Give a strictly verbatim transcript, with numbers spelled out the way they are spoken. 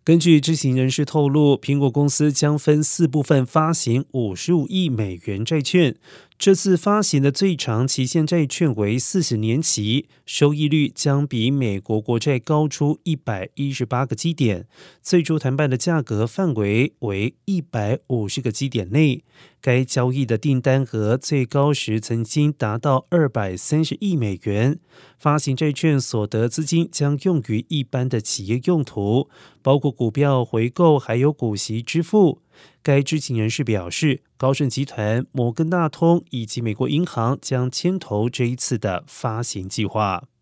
根据知情人士透露，苹果公司将分四部分发行五十五亿美元债券。这次发行的最长期限债券为四十年期，收益率将比美国国债高出一百一十八个基点，最初谈判的价格范围为一百五十个基点内。该交易的订单额最高时曾经达到二百三十亿美元。发行债券所得资金将用于一般的企业用途，包括股票回购还有股息支付。该知情人士表示，高盛集团、摩根大通以及美国银行将牵头这一次的发行计划。